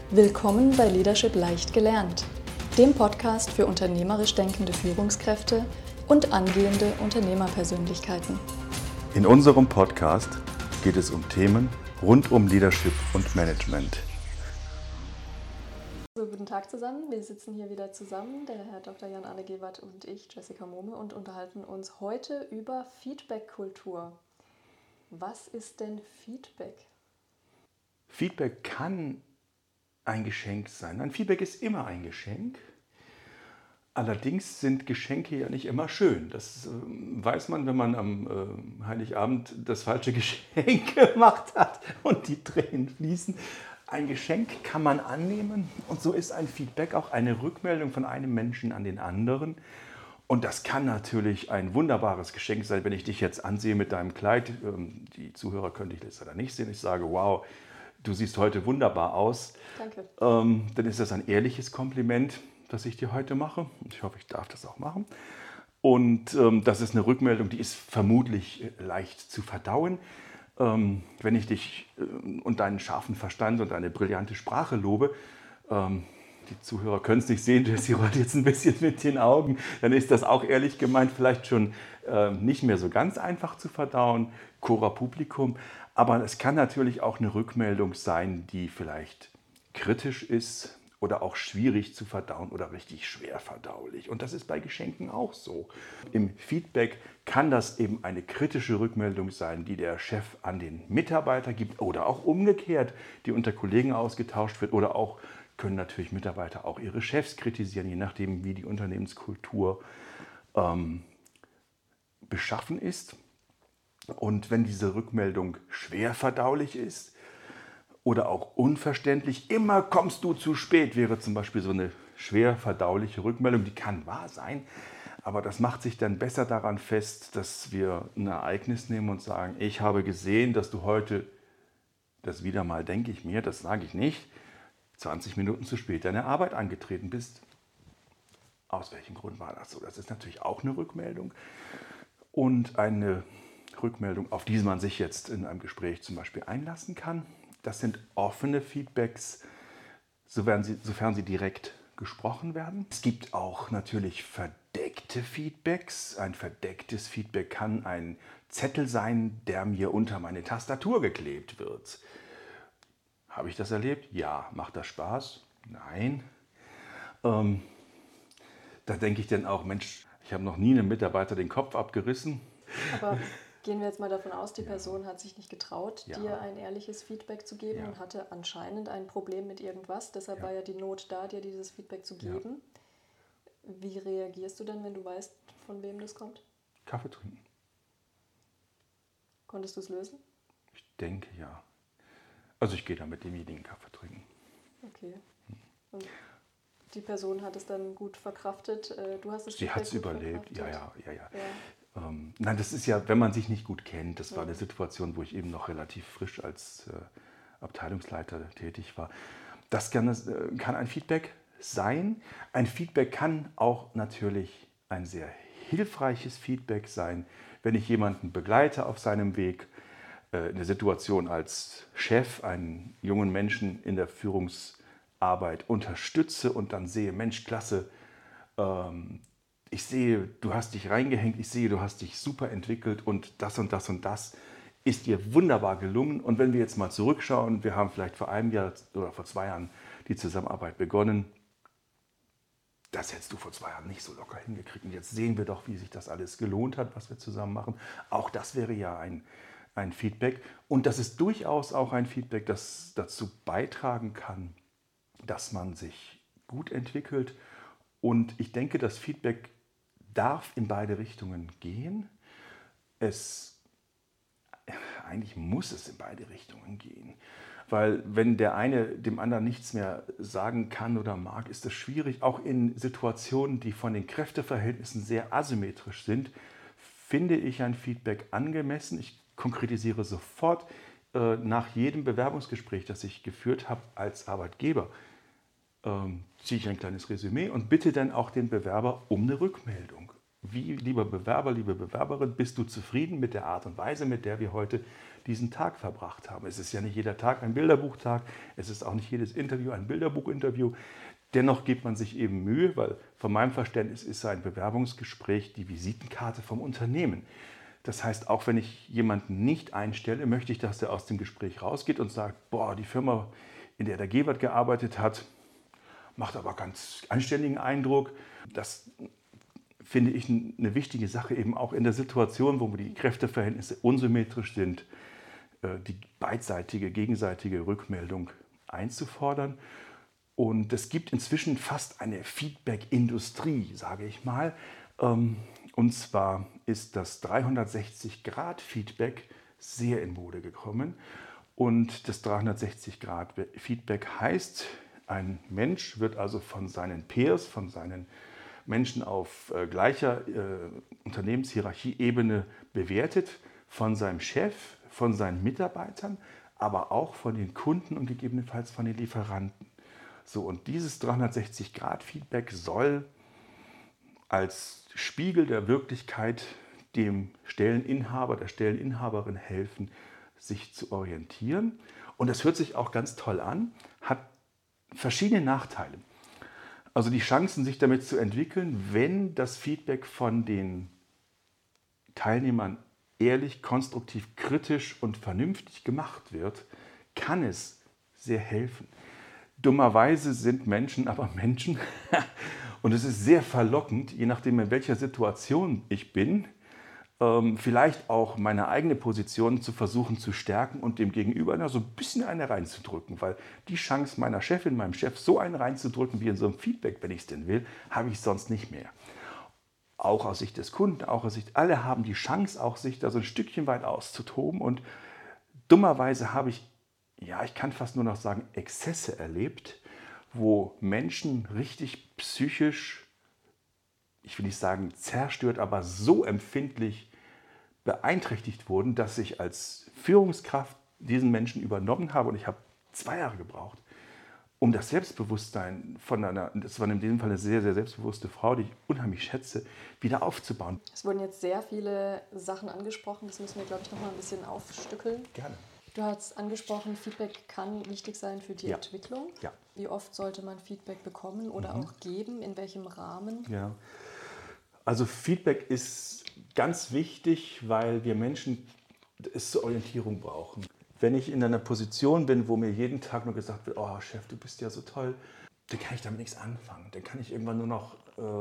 Willkommen bei Leadership leicht gelernt, dem Podcast für unternehmerisch denkende Führungskräfte und angehende Unternehmerpersönlichkeiten. In unserem Podcast geht es um Themen rund um Leadership und Management. Guten Tag zusammen, wir sitzen hier wieder zusammen, der Herr Dr. Jan-Arne Gewert und ich, Jessica Mohme, und unterhalten uns heute über Feedback-Kultur. Was ist denn Feedback? Feedback kann ein Geschenk sein. Ein Feedback ist immer ein Geschenk. Allerdings sind Geschenke ja nicht immer schön. Das weiß man, wenn man am Heiligabend das falsche Geschenk gemacht hat und die Tränen fließen. Ein Geschenk kann man annehmen und so ist ein Feedback auch eine Rückmeldung von einem Menschen an den anderen. Und das kann natürlich ein wunderbares Geschenk sein, wenn ich dich jetzt ansehe mit deinem Kleid. Die Zuhörer können dich jetzt leider nicht sehen. Ich sage, wow, du siehst heute wunderbar aus. Danke. Dann ist das ein ehrliches Kompliment, das ich dir heute mache. Ich hoffe, ich darf das auch machen. Und das ist eine Rückmeldung, die ist vermutlich leicht zu verdauen. Wenn ich dich und deinen scharfen Verstand und deine brillante Sprache lobe, die Zuhörer können es nicht sehen, sie rollt jetzt ein bisschen mit den Augen, dann ist das auch ehrlich gemeint vielleicht schon nicht mehr so ganz einfach zu verdauen, Cora Publikum. Aber es kann natürlich auch eine Rückmeldung sein, die vielleicht kritisch ist oder auch schwierig zu verdauen oder richtig schwer verdaulich. Und das ist bei Geschenken auch so. Im Feedback kann das eben eine kritische Rückmeldung sein, die der Chef an den Mitarbeiter gibt oder auch umgekehrt, die unter Kollegen ausgetauscht wird, oder auch können natürlich Mitarbeiter auch ihre Chefs kritisieren, je nachdem, wie die Unternehmenskultur beschaffen ist. Und wenn diese Rückmeldung schwer verdaulich ist oder auch unverständlich, immer kommst du zu spät, wäre zum Beispiel so eine schwer verdauliche Rückmeldung, die kann wahr sein, aber das macht sich dann besser daran fest, dass wir ein Ereignis nehmen und sagen, ich habe gesehen, dass du heute, das wieder mal denke ich mir, das sage ich nicht, 20 Minuten zu spät deine Arbeit angetreten bist. Aus welchem Grund war das so? Das ist natürlich auch eine Rückmeldung und eine Rückmeldung, auf die man sich jetzt in einem Gespräch zum Beispiel einlassen kann. Das sind offene Feedbacks, sofern sie direkt gesprochen werden. Es gibt auch natürlich verdeckte Feedbacks. Ein verdecktes Feedback kann ein Zettel sein, der mir unter meine Tastatur geklebt wird. Habe ich das erlebt? Ja. Macht das Spaß? Nein. Da denke ich dann auch, Mensch, ich habe noch nie einem Mitarbeiter den Kopf abgerissen. Aber gehen wir jetzt mal davon aus, die Person hat sich nicht getraut, dir ein ehrliches Feedback zu geben und hatte anscheinend ein Problem mit irgendwas. Deshalb war ja die Not da, dir dieses Feedback zu geben. Wie reagierst du denn, wenn du weißt, von wem das kommt? Kaffee trinken. Konntest du es lösen? Ich denke ja. Also ich gehe da mit demjenigen Kaffee trinken. Okay. Und die Person hat es dann gut verkraftet? Du hast es Sie hat es überlebt, verkraftet? ja. Nein, das ist ja, wenn man sich nicht gut kennt, das war eine Situation, wo ich eben noch relativ frisch als Abteilungsleiter tätig war. Das kann ein Feedback sein. Ein Feedback kann auch natürlich ein sehr hilfreiches Feedback sein, wenn ich jemanden begleite auf seinem Weg, eine Situation als Chef, einen jungen Menschen in der Führungsarbeit unterstütze und dann sehe, Mensch, klasse, ich sehe, du hast dich reingehängt, ich sehe, du hast dich super entwickelt und das und das und das ist dir wunderbar gelungen. Und wenn wir jetzt mal zurückschauen, wir haben vielleicht vor einem Jahr oder vor 2 Jahren die Zusammenarbeit begonnen, das hättest du vor 2 Jahren nicht so locker hingekriegt. Und jetzt sehen wir doch, wie sich das alles gelohnt hat, was wir zusammen machen. Auch das wäre ja ein Feedback. Und das ist durchaus auch ein Feedback, das dazu beitragen kann, dass man sich gut entwickelt. Und ich denke, das Feedback darf in beide Richtungen gehen. Eigentlich muss es in beide Richtungen gehen. Weil wenn der eine dem anderen nichts mehr sagen kann oder mag, ist es schwierig. Auch in Situationen, die von den Kräfteverhältnissen sehr asymmetrisch sind, finde ich ein Feedback angemessen. Ich konkretisiere sofort nach jedem Bewerbungsgespräch, das ich geführt habe als Arbeitgeber, ziehe ich ein kleines Resümee und bitte dann auch den Bewerber um eine Rückmeldung. Wie, lieber Bewerber, liebe Bewerberin, bist du zufrieden mit der Art und Weise, mit der wir heute diesen Tag verbracht haben. Es ist ja nicht jeder Tag ein Bilderbuchtag, es ist auch nicht jedes Interview ein Bilderbuchinterview. Dennoch gibt man sich eben Mühe, weil von meinem Verständnis ist ein Bewerbungsgespräch die Visitenkarte vom Unternehmen. Das heißt, auch wenn ich jemanden nicht einstelle, möchte ich, dass er aus dem Gespräch rausgeht und sagt, boah, die Firma, in der der Gewert gearbeitet hat, macht aber ganz anständigen Eindruck. Das finde ich eine wichtige Sache, eben auch in der Situation, wo die Kräfteverhältnisse unsymmetrisch sind, die beidseitige, gegenseitige Rückmeldung einzufordern. Und es gibt inzwischen fast eine Feedback-Industrie, sage ich mal. Und zwar ist das 360-Grad-Feedback sehr in Mode gekommen. Und das 360-Grad-Feedback heißt, ein Mensch wird also von seinen Peers, von seinen Menschen auf gleicher Unternehmenshierarchieebene bewertet, von seinem Chef, von seinen Mitarbeitern, aber auch von den Kunden und gegebenenfalls von den Lieferanten. So, und dieses 360-Grad-Feedback soll als Spiegel der Wirklichkeit dem Stelleninhaber, der Stelleninhaberin helfen, sich zu orientieren. Und das hört sich auch ganz toll an, hat verschiedene Nachteile. Also die Chancen, sich damit zu entwickeln, wenn das Feedback von den Teilnehmern ehrlich, konstruktiv, kritisch und vernünftig gemacht wird, kann es sehr helfen. Dummerweise sind Menschen aber Menschen und es ist sehr verlockend, je nachdem in welcher Situation ich bin, vielleicht auch meine eigene Position zu versuchen zu stärken und dem Gegenüber so ein bisschen eine reinzudrücken, weil die Chance meiner Chefin, meinem Chef so einen reinzudrücken wie in so einem Feedback, wenn ich es denn will, habe ich sonst nicht mehr. Auch aus Sicht des Kunden, auch aus Sicht, alle haben die Chance, auch sich da so ein Stückchen weit auszutoben und dummerweise habe ich, ja, ich kann fast nur noch sagen, Exzesse erlebt, wo Menschen richtig psychisch, ich will nicht sagen zerstört, aber so empfindlich beeinträchtigt wurden, dass ich als Führungskraft diesen Menschen übernommen habe und ich habe 2 Jahre gebraucht, um das Selbstbewusstsein von das war in diesem Fall eine sehr, sehr selbstbewusste Frau, die ich unheimlich schätze, wieder aufzubauen. Es wurden jetzt sehr viele Sachen angesprochen, das müssen wir, glaube ich, noch mal ein bisschen aufstückeln. Gerne. Du hast angesprochen, Feedback kann wichtig sein für die Entwicklung. Ja. Wie oft sollte man Feedback bekommen oder auch geben, in welchem Rahmen? Ja. Also Feedback ist ganz wichtig, weil wir Menschen es zur Orientierung brauchen. Wenn ich in einer Position bin, wo mir jeden Tag nur gesagt wird, oh Chef, du bist ja so toll, dann kann ich damit nichts anfangen. Dann kann ich irgendwann nur noch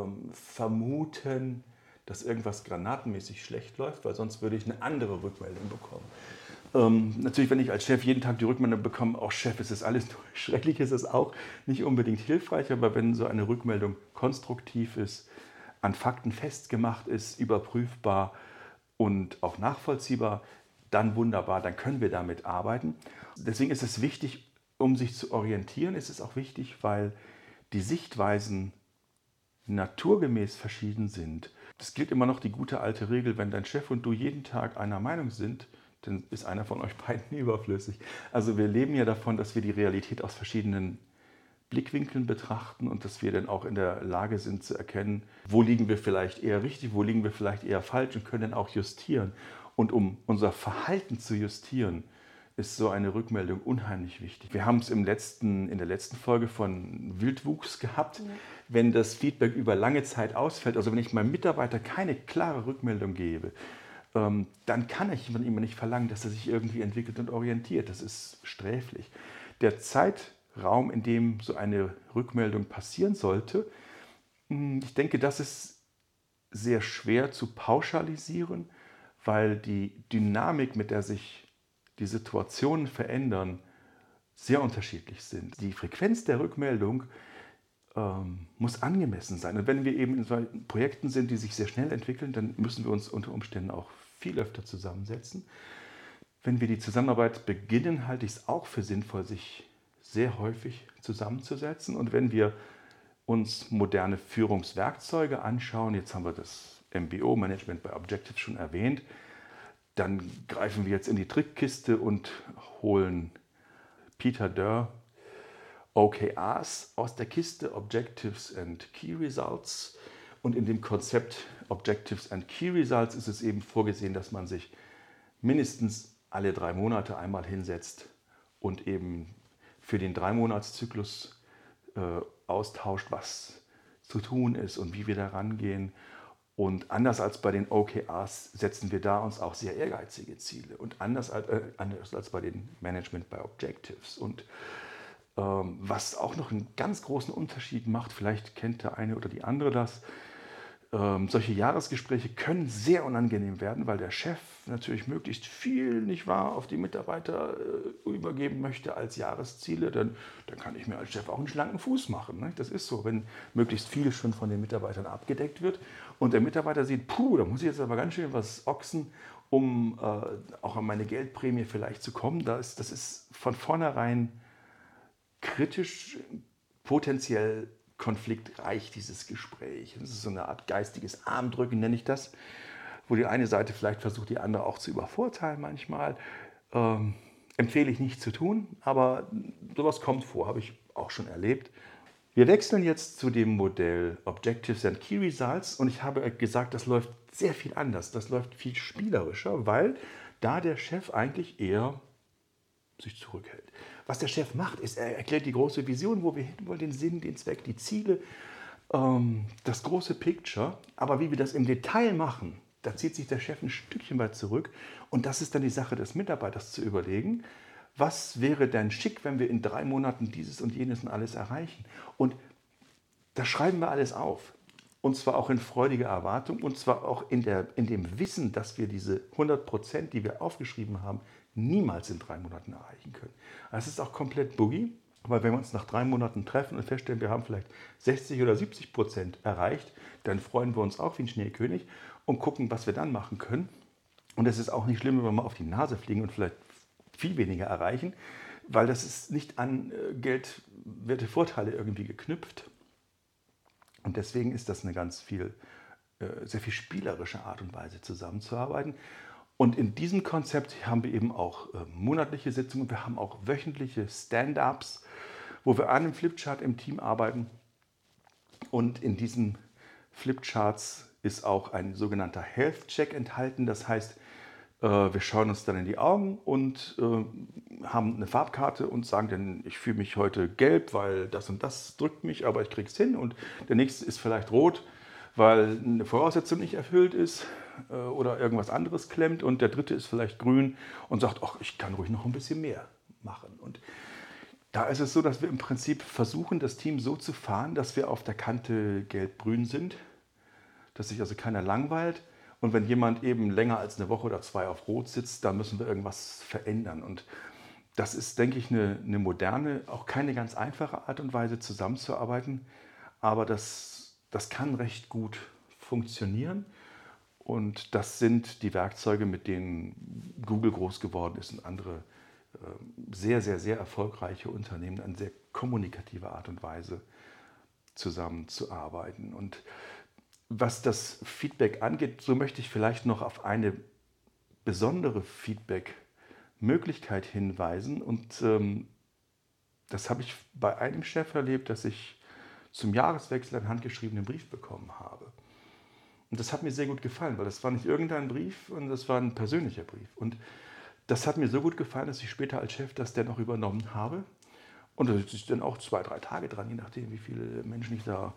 vermuten, dass irgendwas granatenmäßig schlecht läuft, weil sonst würde ich eine andere Rückmeldung bekommen. Natürlich, wenn ich als Chef jeden Tag die Rückmeldung bekomme, auch Chef, es ist alles schrecklich, ist es auch nicht unbedingt hilfreich, aber wenn so eine Rückmeldung konstruktiv ist, an Fakten festgemacht ist, überprüfbar und auch nachvollziehbar, dann wunderbar, dann können wir damit arbeiten. Deswegen ist es wichtig, um sich zu orientieren, ist es auch wichtig, weil die Sichtweisen naturgemäß verschieden sind. Es gilt immer noch die gute alte Regel, wenn dein Chef und du jeden Tag einer Meinung sind, dann ist einer von euch beiden überflüssig. Also wir leben ja davon, dass wir die Realität aus verschiedenen Blickwinkeln betrachten und dass wir dann auch in der Lage sind zu erkennen, wo liegen wir vielleicht eher richtig, wo liegen wir vielleicht eher falsch und können dann auch justieren. Und um unser Verhalten zu justieren, ist so eine Rückmeldung unheimlich wichtig. Wir haben es in der letzten Folge von Wildwuchs gehabt. Ja. Wenn das Feedback über lange Zeit ausfällt, also wenn ich meinem Mitarbeiter keine klare Rückmeldung gebe, dann kann ich von ihm nicht verlangen, dass er sich irgendwie entwickelt und orientiert. Das ist sträflich. Der Zeitraum, in dem so eine Rückmeldung passieren sollte, ich denke, das ist sehr schwer zu pauschalisieren, weil die Dynamik, mit der sich die Situationen verändern, sehr unterschiedlich sind. Die Frequenz der Rückmeldung muss angemessen sein. Und wenn wir eben in solchen Projekten sind, die sich sehr schnell entwickeln, dann müssen wir uns unter Umständen auch viel öfter zusammensetzen. Wenn wir die Zusammenarbeit beginnen, halte ich es auch für sinnvoll, sich sehr häufig zusammenzusetzen. Und wenn wir uns moderne Führungswerkzeuge anschauen, jetzt haben wir das MBO, Management by Objectives, schon erwähnt, dann greifen wir jetzt in die Trickkiste und holen Peter Dörr OKRs aus der Kiste, Objectives and Key Results. Und in dem Konzept Objectives and Key Results ist es eben vorgesehen, dass man sich mindestens alle 3 Monate einmal hinsetzt und eben für den 3-Monats-Zyklus austauscht, was zu tun ist und wie wir da rangehen. Und anders als bei den OKRs setzen wir da uns auch sehr ehrgeizige Ziele und anders als bei den Management by Objectives. Und was auch noch einen ganz großen Unterschied macht, vielleicht kennt der eine oder die andere das, solche Jahresgespräche können sehr unangenehm werden, weil der Chef natürlich möglichst viel, nicht wahr, auf die Mitarbeiter übergeben möchte als Jahresziele. Dann kann ich mir als Chef auch einen schlanken Fuß machen. Ne? Das ist so, wenn möglichst viel schon von den Mitarbeitern abgedeckt wird und der Mitarbeiter sieht, da muss ich jetzt aber ganz schön was ochsen, um auch an meine Geldprämie vielleicht zu kommen. Das ist von vornherein kritisch, potenziell konfliktreich, dieses Gespräch. Das ist so eine Art geistiges Armdrücken, nenne ich das, wo die eine Seite vielleicht versucht, die andere auch zu übervorteilen manchmal. Empfehle ich nicht zu tun, aber sowas kommt vor, habe ich auch schon erlebt. Wir wechseln jetzt zu dem Modell Objectives and Key Results und ich habe gesagt, das läuft sehr viel anders, das läuft viel spielerischer, weil da der Chef eigentlich eher sich zurückhält. Was der Chef macht, ist, er erklärt die große Vision, wo wir hinwollen, den Sinn, den Zweck, die Ziele, das große Picture. Aber wie wir das im Detail machen, da zieht sich der Chef ein Stückchen weit zurück. Und das ist dann die Sache des Mitarbeiters zu überlegen, was wäre denn schick, wenn wir in 3 Monaten dieses und jenes und alles erreichen. Und das schreiben wir alles auf. Und zwar auch in freudiger Erwartung und zwar auch in dem Wissen, dass wir diese 100%, die wir aufgeschrieben haben, niemals in 3 Monaten erreichen können. Das ist auch komplett Boogie, weil wenn wir uns nach 3 Monaten treffen und feststellen, wir haben vielleicht 60 oder 70% erreicht, dann freuen wir uns auch wie ein Schneekönig und gucken, was wir dann machen können. Und es ist auch nicht schlimm, wenn wir mal auf die Nase fliegen und vielleicht viel weniger erreichen, weil das ist nicht an geldwerte Vorteile irgendwie geknüpft. Und deswegen ist das eine sehr viel spielerische Art und Weise zusammenzuarbeiten. Und in diesem Konzept haben wir eben auch monatliche Sitzungen, wir haben auch wöchentliche Stand-ups, wo wir an einem Flipchart im Team arbeiten. Und in diesen Flipcharts ist auch ein sogenannter Health Check enthalten. Das heißt, wir schauen uns dann in die Augen und haben eine Farbkarte und sagen dann, ich fühle mich heute gelb, weil das und das drückt mich, aber ich kriege es hin. Und der nächste ist vielleicht rot, weil eine Voraussetzung nicht erfüllt ist oder irgendwas anderes klemmt. Und der dritte ist vielleicht grün und sagt, ach, ich kann ruhig noch ein bisschen mehr machen. Und da ist es so, dass wir im Prinzip versuchen, das Team so zu fahren, dass wir auf der Kante gelb-grün sind, dass sich also keiner langweilt. Und wenn jemand eben länger als eine Woche oder 2 auf Rot sitzt, dann müssen wir irgendwas verändern. Und das ist, denke ich, eine moderne, auch keine ganz einfache Art und Weise zusammenzuarbeiten. Aber das kann recht gut funktionieren. Und das sind die Werkzeuge, mit denen Google groß geworden ist und andere sehr, sehr, sehr erfolgreiche Unternehmen an sehr kommunikative Art und Weise zusammenzuarbeiten. Und was das Feedback angeht, so möchte ich vielleicht noch auf eine besondere Feedback-Möglichkeit hinweisen. Und das habe ich bei einem Chef erlebt, dass ich zum Jahreswechsel einen handgeschriebenen Brief bekommen habe. Und das hat mir sehr gut gefallen, weil das war nicht irgendein Brief, und das war ein persönlicher Brief. Und das hat mir so gut gefallen, dass ich später als Chef das dennoch übernommen habe. Und da sitze ich dann auch 2, 3 Tage dran, je nachdem, wie viele Menschen ich da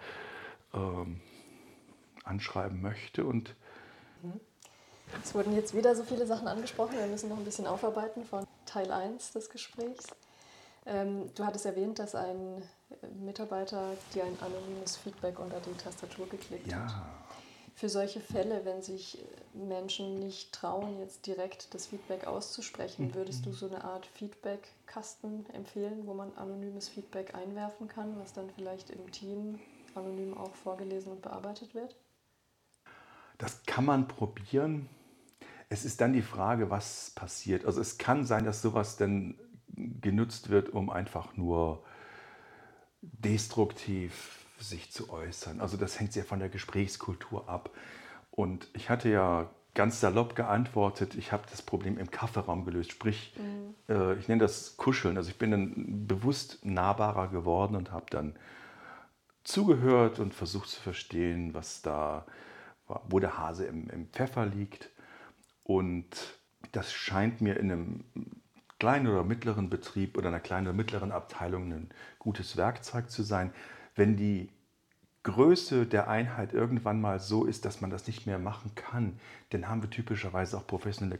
anschreiben möchte. Und es wurden jetzt wieder so viele Sachen angesprochen. Wir müssen noch ein bisschen aufarbeiten von Teil 1 des Gesprächs. Du hattest erwähnt, dass ein Mitarbeiter dir ein anonymes Feedback unter die Tastatur geklickt hat. Für solche Fälle, wenn sich Menschen nicht trauen, jetzt direkt das Feedback auszusprechen, würdest du so eine Art Feedback-Kasten empfehlen, wo man anonymes Feedback einwerfen kann, was dann vielleicht im Team anonym auch vorgelesen und bearbeitet wird? Das kann man probieren. Es ist dann die Frage, was passiert. Also es kann sein, dass sowas dann genutzt wird, um einfach nur destruktiv sich zu äußern. Also das hängt sehr von der Gesprächskultur ab. Und ich hatte ja ganz salopp geantwortet, ich habe das Problem im Kaffeeraum gelöst. Sprich, ich nenne das Kuscheln. Also ich bin dann bewusst nahbarer geworden und habe dann zugehört und versucht zu verstehen, wo der Hase im Pfeffer liegt. Und das scheint mir in einem kleinen oder mittleren Betrieb oder einer kleinen oder mittleren Abteilung ein gutes Werkzeug zu sein. Wenn die Größe der Einheit irgendwann mal so ist, dass man das nicht mehr machen kann, dann haben wir typischerweise auch professionelle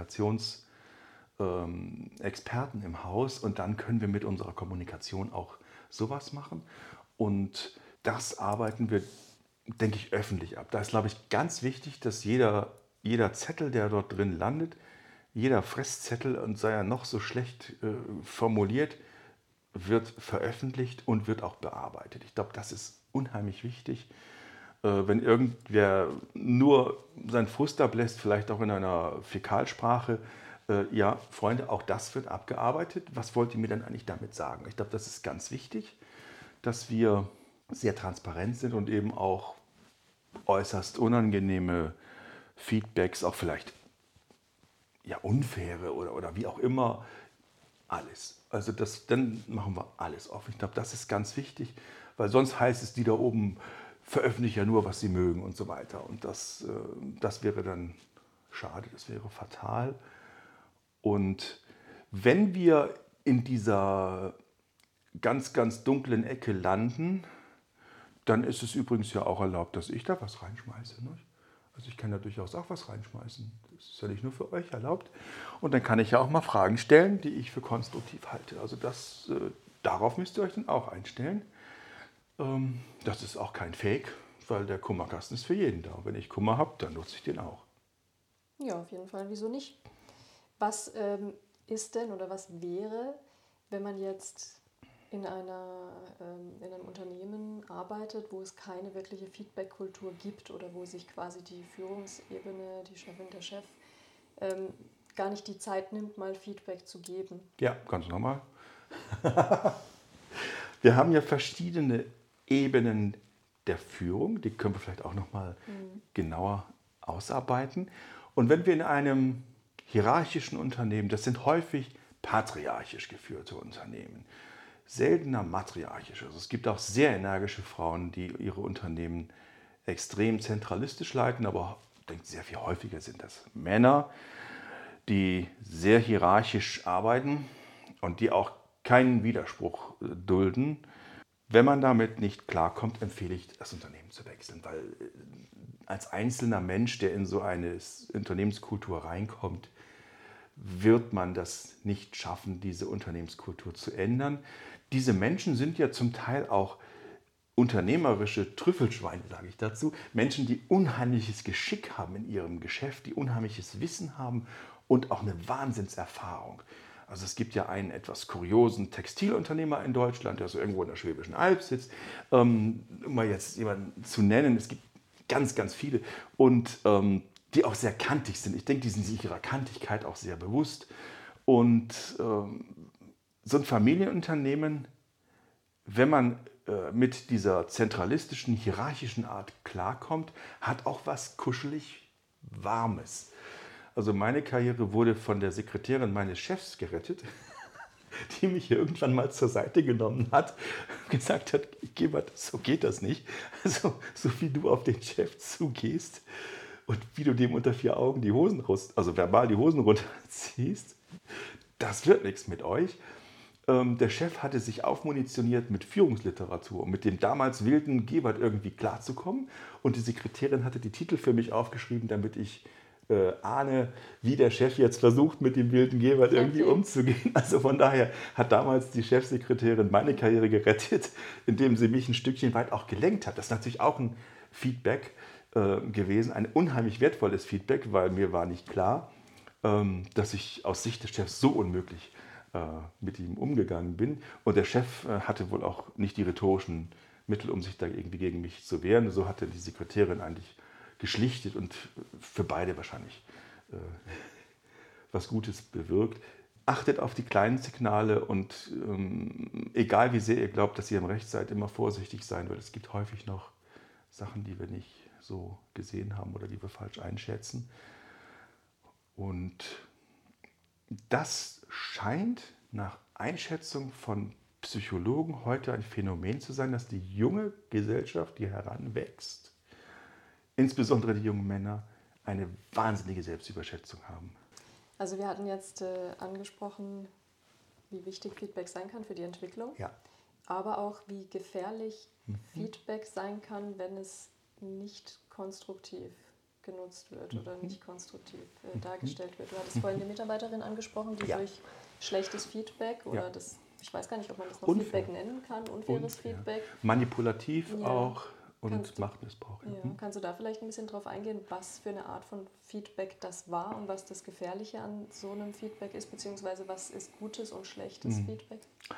Kommunikationsexperten im Haus und dann können wir mit unserer Kommunikation auch sowas machen. Und das arbeiten wir, denke ich, öffentlich ab. Da ist, glaube ich, ganz wichtig, dass jeder Zettel, der dort drin landet, jeder Fresszettel, und sei er noch so schlecht formuliert, wird veröffentlicht und wird auch bearbeitet. Ich glaube, das ist unheimlich wichtig. Wenn irgendwer nur seinen Frust ablässt, vielleicht auch in einer Fäkalsprache, ja, Freunde, auch das wird abgearbeitet. Was wollt ihr mir denn eigentlich damit sagen? Ich glaube, das ist ganz wichtig, dass wir sehr transparent sind und eben auch äußerst unangenehme Feedbacks, auch vielleicht ja, unfaire oder wie auch immer, alles. Also dann machen wir alles offen. Ich glaube, das ist ganz wichtig, weil sonst heißt es, die da oben veröffentlichen ja nur, was sie mögen und so weiter. Und das wäre dann schade, das wäre fatal. Und wenn wir in dieser ganz, ganz dunklen Ecke landen, dann ist es übrigens ja auch erlaubt, dass ich da was reinschmeiße. Ne? Also ich kann da durchaus auch was reinschmeißen. Das ist ja nicht nur für euch erlaubt. Und dann kann ich ja auch mal Fragen stellen, die ich für konstruktiv halte. Also darauf müsst ihr euch dann auch einstellen. Das ist auch kein Fake, weil der Kummerkasten ist für jeden da. Und wenn ich Kummer habe, dann nutze ich den auch. Ja, auf jeden Fall. Wieso nicht? Was ist denn oder was wäre, wenn man jetzt in einem Unternehmen arbeitet, wo es keine wirkliche Feedback-Kultur gibt oder wo sich quasi die Führungsebene, die Chefin, der Chef, gar nicht die Zeit nimmt, mal Feedback zu geben? Ja, ganz normal. Wir haben ja verschiedene Ebenen der Führung, die können wir vielleicht auch noch mal genauer ausarbeiten. Und wenn wir in einem hierarchischen Unternehmen, das sind häufig patriarchisch geführte Unternehmen, seltener matriarchisch. Also es gibt auch sehr energische Frauen, die ihre Unternehmen extrem zentralistisch leiten, aber ich denke, sehr viel häufiger sind das Männer, die sehr hierarchisch arbeiten und die auch keinen Widerspruch dulden. Wenn man damit nicht klarkommt, empfehle ich, das Unternehmen zu wechseln, weil als einzelner Mensch, der in so eine Unternehmenskultur reinkommt, wird man das nicht schaffen, diese Unternehmenskultur zu ändern. Diese Menschen sind ja zum Teil auch unternehmerische Trüffelschweine, sage ich dazu. Menschen, die unheimliches Geschick haben in ihrem Geschäft, die unheimliches Wissen haben und auch eine Wahnsinnserfahrung. Also es gibt ja einen etwas kuriosen Textilunternehmer in Deutschland, der so irgendwo in der Schwäbischen Alb sitzt. Um mal jetzt jemanden zu nennen, es gibt ganz, ganz viele und die auch sehr kantig sind. Ich denke, die sind sich ihrer Kantigkeit auch sehr bewusst. Und so ein Familienunternehmen, wenn man mit dieser zentralistischen, hierarchischen Art klarkommt, hat auch was kuschelig Warmes. Also meine Karriere wurde von der Sekretärin meines Chefs gerettet, die mich hier irgendwann mal zur Seite genommen hat und gesagt hat, Gebert, so geht das nicht. Also so wie du auf den Chef zugehst und wie du dem unter vier Augen die Hosen also verbal die Hosen runterziehst, das wird nichts mit euch. Der Chef hatte sich aufmunitioniert mit Führungsliteratur, um mit dem damals wilden Gebert irgendwie klarzukommen. Und die Sekretärin hatte die Titel für mich aufgeschrieben, damit ich ahne, wie der Chef jetzt versucht, mit dem wilden Gebert irgendwie umzugehen. Also von daher hat damals die Chefsekretärin meine Karriere gerettet, indem sie mich ein Stückchen weit auch gelenkt hat. Das ist natürlich auch ein Feedback gewesen, ein unheimlich wertvolles Feedback, weil mir war nicht klar, dass ich aus Sicht des Chefs so unmöglich mit ihm umgegangen bin. Und der Chef hatte wohl auch nicht die rhetorischen Mittel, um sich da irgendwie gegen mich zu wehren. So hatte die Sekretärin eigentlich geschlichtet und für beide wahrscheinlich was Gutes bewirkt. Achtet auf die kleinen Signale und egal wie sehr ihr glaubt, dass ihr im Recht seid, immer vorsichtig sein, weil es gibt häufig noch Sachen, die wir nicht so gesehen haben oder die wir falsch einschätzen. Und das scheint nach Einschätzung von Psychologen heute ein Phänomen zu sein, dass die junge Gesellschaft, die heranwächst, insbesondere die jungen Männer, eine wahnsinnige Selbstüberschätzung haben. Also wir hatten jetzt angesprochen, wie wichtig Feedback sein kann für die Entwicklung, Ja. aber auch wie gefährlich Feedback sein kann, wenn es nicht konstruktiv genutzt wird oder nicht konstruktiv dargestellt wird. Du hattest vorhin die Mitarbeiterin angesprochen, die durch schlechtes Feedback oder das, ich weiß gar nicht, ob man das noch Feedback nennen kann, unfaires Feedback. Manipulativ auch und Machtmissbrauch. Ja. Kannst du da vielleicht ein bisschen drauf eingehen, was für eine Art von Feedback das war und was das Gefährliche an so einem Feedback ist, beziehungsweise was ist gutes und schlechtes Feedback?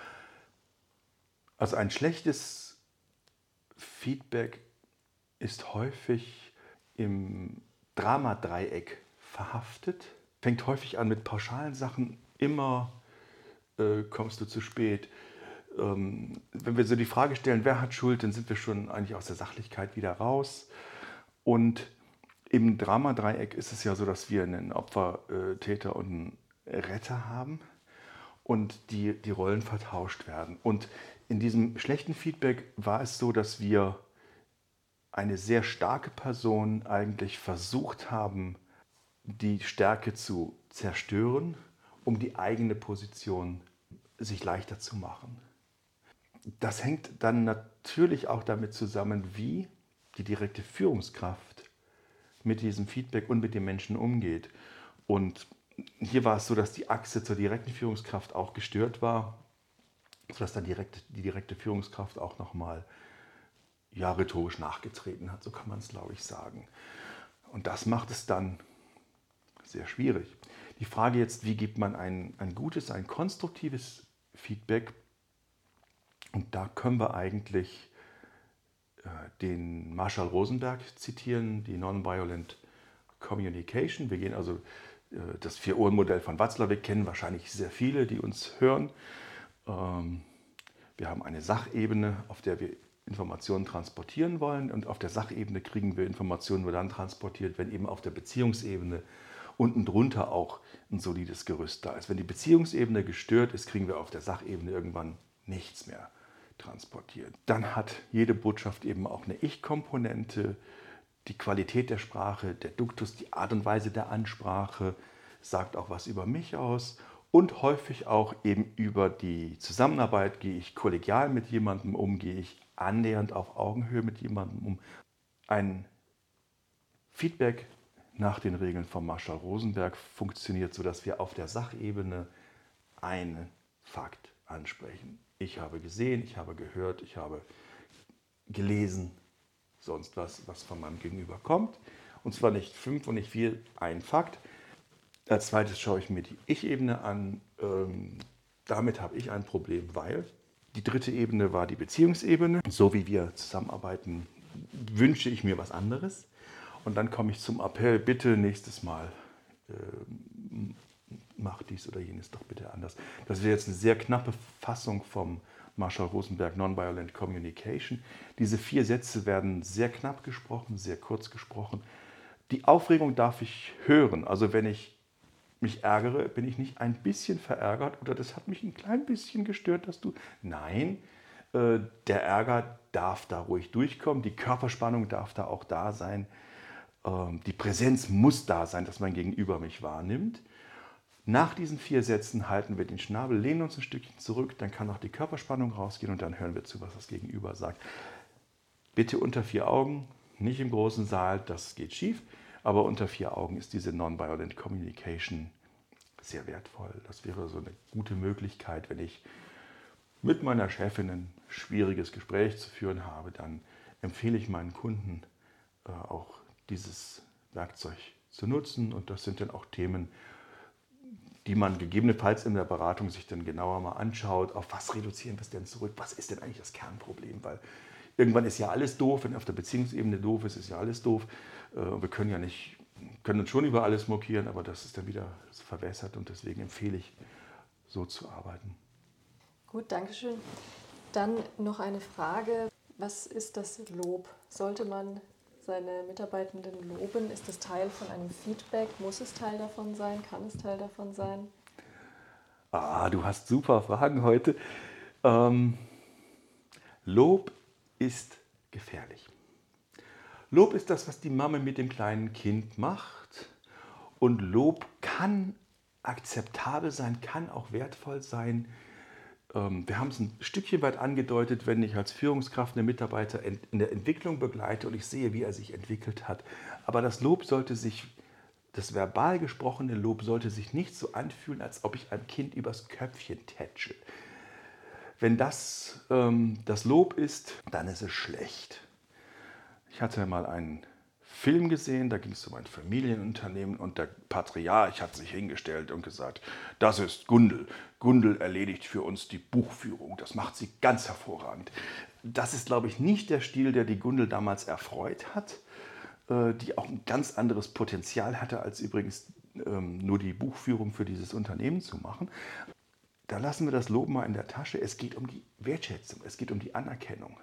Also ein schlechtes Feedback ist häufig im Dramadreieck verhaftet. Fängt häufig an mit pauschalen Sachen. Immer kommst du zu spät. Wenn wir so die Frage stellen, wer hat Schuld, dann sind wir schon eigentlich aus der Sachlichkeit wieder raus. Und im Dramadreieck ist es ja so, dass wir einen Opfer, Täter und einen Retter haben und die Rollen vertauscht werden. Und in diesem schlechten Feedback war es so, dass wir eine sehr starke Person eigentlich versucht haben, die Stärke zu zerstören, um die eigene Position sich leichter zu machen. Das hängt dann natürlich auch damit zusammen, wie die direkte Führungskraft mit diesem Feedback und mit den Menschen umgeht. Und hier war es so, dass die Achse zur direkten Führungskraft auch gestört war, sodass dann die direkte Führungskraft auch nochmal rhetorisch nachgetreten hat, so kann man es, glaube ich, sagen. Und das macht es dann sehr schwierig. Die Frage jetzt, wie gibt man ein gutes, ein konstruktives Feedback? Und da können wir eigentlich den Marshall Rosenberg zitieren, die Nonviolent Communication. Wir gehen also das 4-Ohren-Modell von Watzlawick, kennen wahrscheinlich sehr viele, die uns hören. Wir haben eine Sachebene, auf der wir Informationen transportieren wollen, und auf der Sachebene kriegen wir Informationen nur dann transportiert, wenn eben auf der Beziehungsebene unten drunter auch ein solides Gerüst da ist. Wenn die Beziehungsebene gestört ist, kriegen wir auf der Sachebene irgendwann nichts mehr transportiert. Dann hat jede Botschaft eben auch eine Ich-Komponente. Die Qualität der Sprache, der Duktus, die Art und Weise der Ansprache sagt auch was über mich aus. Und häufig auch eben über die Zusammenarbeit, gehe ich kollegial mit jemandem um, gehe ich annähernd auf Augenhöhe mit jemandem um. Ein Feedback nach den Regeln von Marshall Rosenberg funktioniert so, dass wir auf der Sachebene einen Fakt ansprechen. Ich habe gesehen, ich habe gehört, ich habe gelesen, sonst was von meinem Gegenüber kommt. Und zwar nicht 5 und nicht 4, ein Fakt. Als zweites schaue ich mir die Ich-Ebene an. Damit habe ich ein Problem, weil die dritte Ebene war die Beziehungsebene. So wie wir zusammenarbeiten, wünsche ich mir was anderes. Und dann komme ich zum Appell, bitte nächstes Mal mach dies oder jenes doch bitte anders. Das wäre jetzt eine sehr knappe Fassung vom Marshall Rosenberg Nonviolent Communication. Diese 4 Sätze werden sehr knapp gesprochen, sehr kurz gesprochen. Die Aufregung darf ich hören. Also wenn ich mich ärgere, bin ich nicht ein bisschen verärgert oder das hat mich ein klein bisschen gestört, dass du... Nein, der Ärger darf da ruhig durchkommen, die Körperspannung darf da auch da sein, die Präsenz muss da sein, dass mein Gegenüber mich wahrnimmt. Nach diesen 4 Sätzen halten wir den Schnabel, lehnen uns ein Stückchen zurück, dann kann auch die Körperspannung rausgehen und dann hören wir zu, was das Gegenüber sagt. Bitte unter 4 Augen, nicht im großen Saal, das geht schief, aber unter 4 Augen ist diese Nonviolent Communication sehr wertvoll. Das wäre so eine gute Möglichkeit, wenn ich mit meiner Chefin ein schwieriges Gespräch zu führen habe, dann empfehle ich meinen Kunden auch dieses Werkzeug zu nutzen. Und das sind dann auch Themen, die man gegebenenfalls in der Beratung sich dann genauer mal anschaut. Auf was reduzieren wir es denn zurück? Was ist denn eigentlich das Kernproblem? Weil irgendwann ist ja alles doof. Wenn auf der Beziehungsebene doof ist, ist ja alles doof. Wir können uns schon über alles mokieren, aber das ist dann wieder verwässert. Und deswegen empfehle ich, so zu arbeiten. Gut, danke schön. Dann noch eine Frage. Was ist das Lob? Sollte man seine Mitarbeitenden loben? Ist das Teil von einem Feedback? Muss es Teil davon sein? Kann es Teil davon sein? Du hast super Fragen heute. Lob ist gefährlich. Lob ist das, was die Mama mit dem kleinen Kind macht. Und Lob kann akzeptabel sein, kann auch wertvoll sein. Wir haben es ein Stückchen weit angedeutet, wenn ich als Führungskraft einen Mitarbeiter in der Entwicklung begleite und ich sehe, wie er sich entwickelt hat. Aber das verbal gesprochene Lob sollte sich nicht so anfühlen, als ob ich einem Kind übers Köpfchen tätschel. Wenn das das Lob ist, dann ist es schlecht. Ich hatte mal einen Film gesehen, da ging es um ein Familienunternehmen und der Patriarch hat sich hingestellt und gesagt, das ist Gundel. Gundel erledigt für uns die Buchführung, das macht sie ganz hervorragend. Das ist, glaube ich, nicht der Stil, der die Gundel damals erfreut hat, die auch ein ganz anderes Potenzial hatte, als übrigens nur die Buchführung für dieses Unternehmen zu machen. Da lassen wir das Lob mal in der Tasche. Es geht um die Wertschätzung, es geht um die Anerkennung.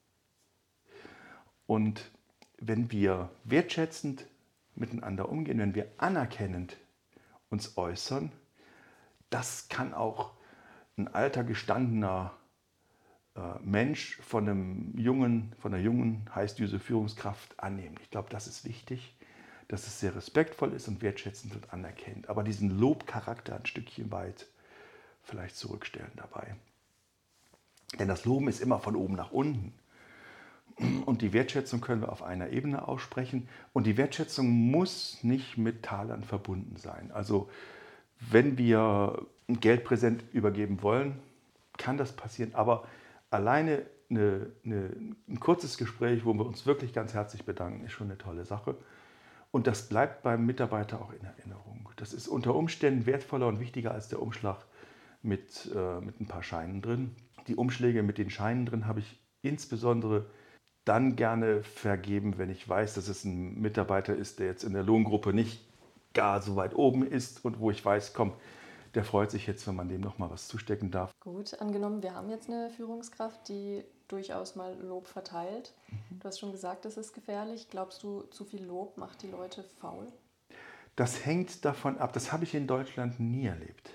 Und wenn wir wertschätzend miteinander umgehen, wenn wir anerkennend uns äußern, das kann auch ein alter, gestandener Mensch von einer jungen, heißdüse Führungskraft annehmen. Ich glaube, das ist wichtig, dass es sehr respektvoll ist und wertschätzend und anerkennt. Aber diesen Lobcharakter ein Stückchen weit vielleicht zurückstellen dabei. Denn das Loben ist immer von oben nach unten. Und die Wertschätzung können wir auf einer Ebene aussprechen. Und die Wertschätzung muss nicht mit Talern verbunden sein. Also wenn wir ein Geldpräsent übergeben wollen, kann das passieren. Aber alleine ein kurzes Gespräch, wo wir uns wirklich ganz herzlich bedanken, ist schon eine tolle Sache. Und das bleibt beim Mitarbeiter auch in Erinnerung. Das ist unter Umständen wertvoller und wichtiger als der Umschlag mit ein paar Scheinen drin. Die Umschläge mit den Scheinen drin habe ich insbesondere dann gerne vergeben, wenn ich weiß, dass es ein Mitarbeiter ist, der jetzt in der Lohngruppe nicht gar so weit oben ist und wo ich weiß, komm, der freut sich jetzt, wenn man dem nochmal was zustecken darf. Gut, angenommen, wir haben jetzt eine Führungskraft, die durchaus mal Lob verteilt. Du hast schon gesagt, das ist gefährlich. Glaubst du, zu viel Lob macht die Leute faul? Das hängt davon ab. Das habe ich in Deutschland nie erlebt.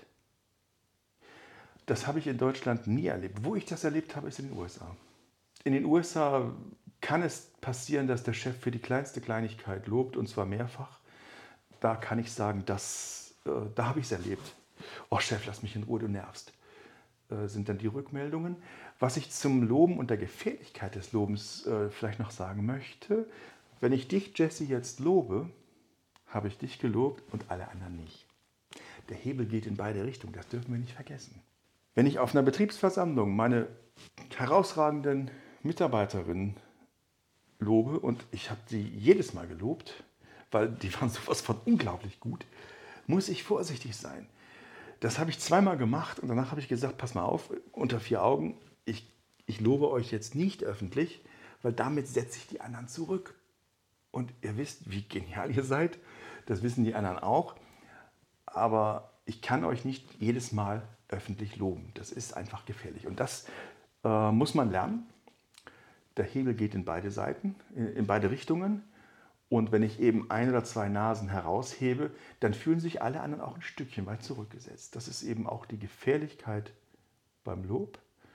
Wo ich das erlebt habe, ist in den USA. In den USA kann es passieren, dass der Chef für die kleinste Kleinigkeit lobt, und zwar mehrfach. Da kann ich sagen, da habe ich es erlebt. Oh Chef, lass mich in Ruhe, du nervst, sind dann die Rückmeldungen. Was ich zum Loben und der Gefährlichkeit des Lobens vielleicht noch sagen möchte, wenn ich dich, Jesse, jetzt lobe, habe ich dich gelobt und alle anderen nicht. Der Hebel geht in beide Richtungen, das dürfen wir nicht vergessen. Wenn ich auf einer Betriebsversammlung meine herausragenden Mitarbeiterinnen lobe, und ich habe sie jedes Mal gelobt, weil die waren sowas von unglaublich gut, muss ich vorsichtig sein. Das habe ich zweimal gemacht und danach habe ich gesagt, pass mal auf, unter 4 Augen, ich lobe euch jetzt nicht öffentlich, weil damit setze ich die anderen zurück. Und ihr wisst, wie genial ihr seid, das wissen die anderen auch, aber ich kann euch nicht jedes Mal öffentlich loben. Das ist einfach gefährlich und das muss man lernen. Der Hebel geht in beide Seiten, in beide Richtungen. Und wenn ich eben 1 oder 2 Nasen heraushebe, dann fühlen sich alle anderen auch ein Stückchen weit zurückgesetzt. Das ist eben auch die Gefährlichkeit beim Lob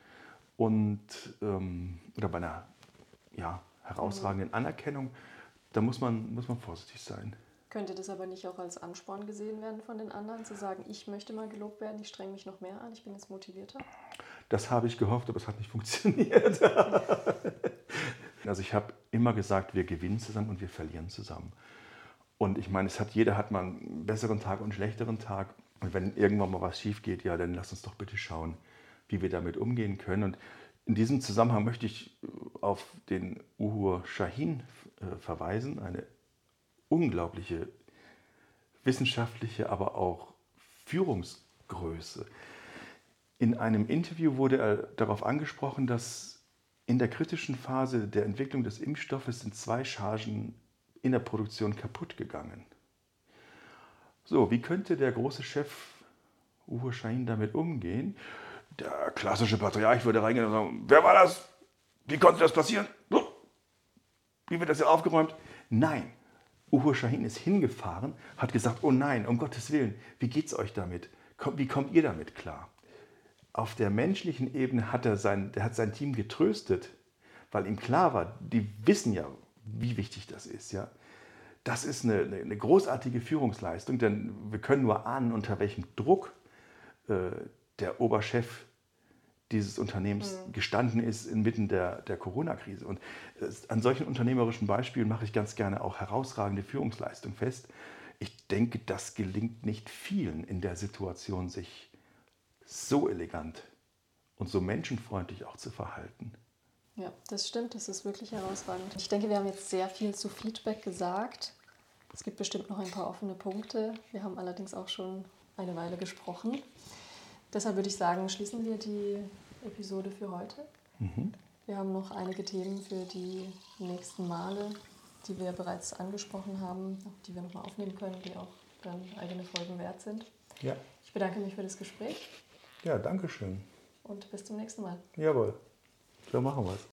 oder bei einer herausragenden Anerkennung. Da muss man vorsichtig sein. Könnte das aber nicht auch als Ansporn gesehen werden von den anderen, zu sagen, ich möchte mal gelobt werden, ich strenge mich noch mehr an, ich bin jetzt motivierter? Das habe ich gehofft, aber es hat nicht funktioniert. Also ich habe immer gesagt, wir gewinnen zusammen und wir verlieren zusammen. Und ich meine, jeder hat mal einen besseren Tag und einen schlechteren Tag. Und wenn irgendwann mal was schief geht, ja, dann lass uns doch bitte schauen, wie wir damit umgehen können. Und in diesem Zusammenhang möchte ich auf den Uhur Shahin verweisen, eine unglaubliche wissenschaftliche, aber auch Führungsgröße. In einem Interview wurde er darauf angesprochen, dass in der kritischen Phase der Entwicklung des Impfstoffes sind 2 Chargen in der Produktion kaputt gegangen. So, wie könnte der große Chef Uhur Shahin damit umgehen? Der klassische Patriarch würde reingehen und sagen, wer war das? Wie konnte das passieren? Wie wird das jetzt aufgeräumt? Nein, Uhur Shahin ist hingefahren, hat gesagt, oh nein, um Gottes Willen, wie geht's euch damit? Wie kommt ihr damit klar? Auf der menschlichen Ebene hat er sein Team getröstet, weil ihm klar war, die wissen ja, wie wichtig das ist. Ja? das ist eine großartige Führungsleistung, denn wir können nur ahnen, unter welchem Druck der Oberchef dieses Unternehmens gestanden ist inmitten der Corona-Krise. Und an solchen unternehmerischen Beispielen mache ich ganz gerne auch herausragende Führungsleistung fest. Ich denke, das gelingt nicht vielen in der Situation, sich so elegant und so menschenfreundlich auch zu verhalten. Ja, das stimmt, das ist wirklich herausragend. Ich denke, wir haben jetzt sehr viel zu Feedback gesagt. Es gibt bestimmt noch ein paar offene Punkte. Wir haben allerdings auch schon eine Weile gesprochen. Deshalb würde ich sagen, schließen wir die Episode für heute. Wir haben noch einige Themen für die nächsten Male, die wir bereits angesprochen haben, die wir nochmal aufnehmen können, die auch dann eigene Folgen wert sind. Ja. Ich bedanke mich für das Gespräch. Ja, danke schön. Und bis zum nächsten Mal. Jawohl, so machen wir es.